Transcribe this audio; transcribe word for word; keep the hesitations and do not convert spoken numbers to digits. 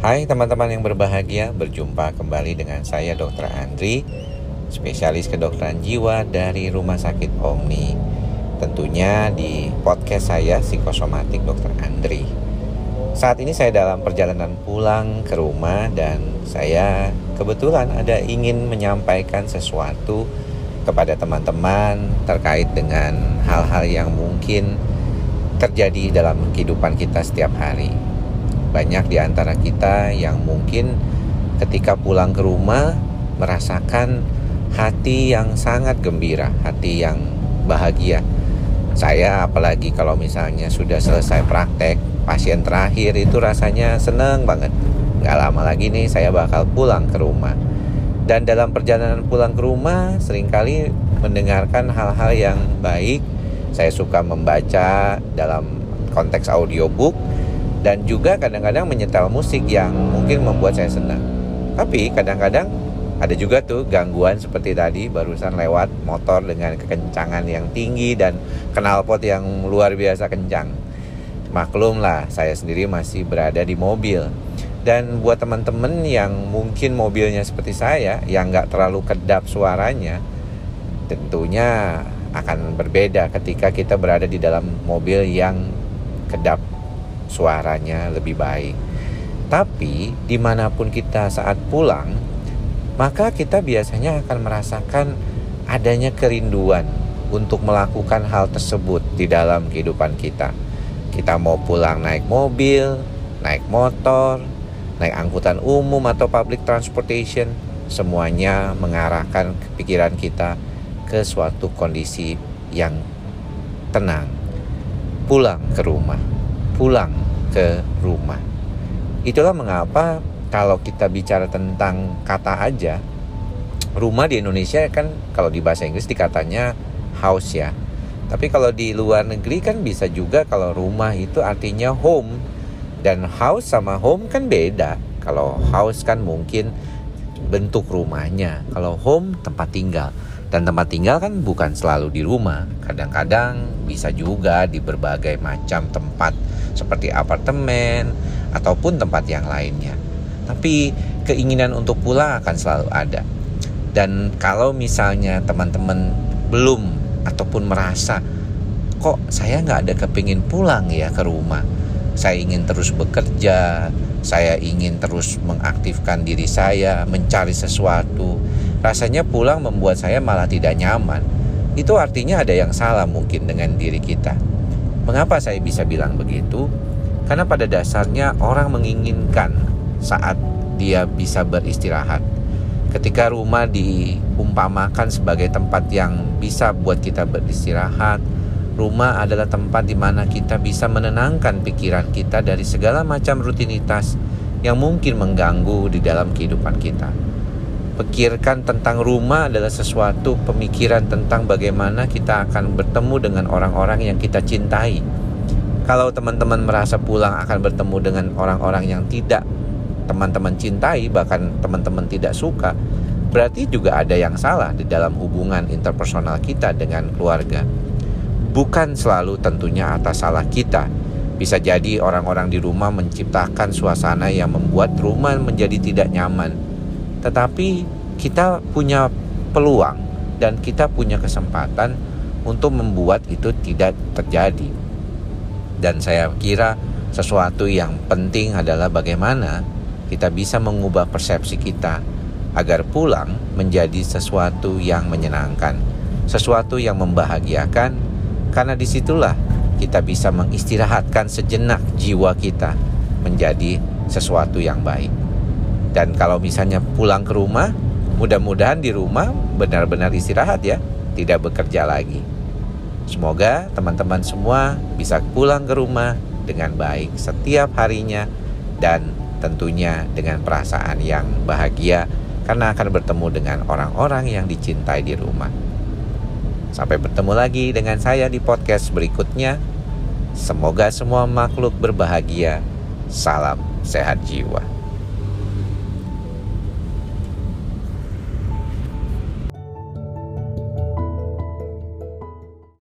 Hai teman-teman yang berbahagia, berjumpa kembali dengan saya dokter Andri, spesialis kedokteran jiwa dari Rumah Sakit Omni. Tentunya di podcast saya Psikosomatik dokter Andri. Saat ini saya dalam perjalanan pulang ke rumah dan saya kebetulan ada ingin menyampaikan sesuatu kepada teman-teman terkait dengan hal-hal yang mungkin terjadi dalam kehidupan kita setiap hari. Banyak di antara kita yang mungkin ketika pulang ke rumah merasakan hati yang sangat gembira, hati yang bahagia. Saya apalagi kalau misalnya sudah selesai praktek, pasien terakhir itu rasanya seneng banget. Gak lama lagi nih saya bakal pulang ke rumah. Dan dalam perjalanan pulang ke rumah seringkali mendengarkan hal-hal yang baik. Saya suka membaca dalam konteks audiobook dan juga kadang-kadang menyetel musik yang mungkin membuat saya senang. Tapi kadang-kadang ada juga tuh gangguan seperti tadi barusan lewat motor dengan kekencangan yang tinggi dan knalpot yang luar biasa kencang. Maklum lah, saya sendiri masih berada di mobil. Dan buat teman-teman yang mungkin mobilnya seperti saya, yang gak terlalu kedap suaranya, tentunya akan berbeda ketika kita berada di dalam mobil yang kedap suaranya lebih baik. Tapi dimanapun kita saat pulang, maka kita biasanya akan merasakan adanya kerinduan untuk melakukan hal tersebut di dalam kehidupan kita. Kita mau pulang naik mobil, naik motor, naik angkutan umum atau public transportation, semuanya mengarahkan pikiran kita ke suatu kondisi yang tenang. Pulang ke rumah. Pulang ke rumah. Itulah mengapa kalau kita bicara tentang kata aja, rumah di Indonesia kan kalau di bahasa Inggris dikatanya house ya. Tapi kalau di luar negeri kan bisa juga kalau rumah itu artinya home. Dan house sama home kan beda. Kalau house kan mungkin bentuk rumahnya. Kalau home tempat tinggal. Dan tempat tinggal kan bukan selalu di rumah. Kadang-kadang bisa juga di berbagai macam tempat seperti apartemen ataupun tempat yang lainnya. Tapi keinginan untuk pulang akan selalu ada. Dan kalau misalnya teman-teman belum ataupun merasa kok saya gak ada kepingin pulang ya ke rumah, saya ingin terus bekerja, saya ingin terus mengaktifkan diri saya, mencari sesuatu, rasanya pulang membuat saya malah tidak nyaman. Itu artinya ada yang salah mungkin dengan diri kita. Mengapa saya bisa bilang begitu? Karena pada dasarnya orang menginginkan saat dia bisa beristirahat. Ketika rumah diumpamakan sebagai tempat yang bisa buat kita beristirahat, rumah adalah tempat di mana kita bisa menenangkan pikiran kita dari segala macam rutinitas yang mungkin mengganggu di dalam kehidupan kita. Pikirkan tentang rumah adalah sesuatu pemikiran tentang bagaimana kita akan bertemu dengan orang-orang yang kita cintai. Kalau teman-teman merasa pulang akan bertemu dengan orang-orang yang tidak teman-teman cintai, bahkan teman-teman tidak suka, berarti juga ada yang salah di dalam hubungan interpersonal kita dengan keluarga. Bukan selalu tentunya atas salah kita. Bisa jadi orang-orang di rumah menciptakan suasana yang membuat rumah menjadi tidak nyaman. Tetapi kita punya peluang dan kita punya kesempatan untuk membuat itu tidak terjadi. Dan saya kira sesuatu yang penting adalah bagaimana kita bisa mengubah persepsi kita agar pulang menjadi sesuatu yang menyenangkan, sesuatu yang membahagiakan, karena disitulah kita bisa mengistirahatkan sejenak jiwa kita menjadi sesuatu yang baik. Dan kalau misalnya pulang ke rumah, mudah-mudahan di rumah benar-benar istirahat ya, tidak bekerja lagi. Semoga teman-teman semua bisa pulang ke rumah dengan baik setiap harinya dan tentunya dengan perasaan yang bahagia karena akan bertemu dengan orang-orang yang dicintai di rumah. Sampai bertemu lagi dengan saya di podcast berikutnya. Semoga semua makhluk berbahagia. Salam sehat jiwa.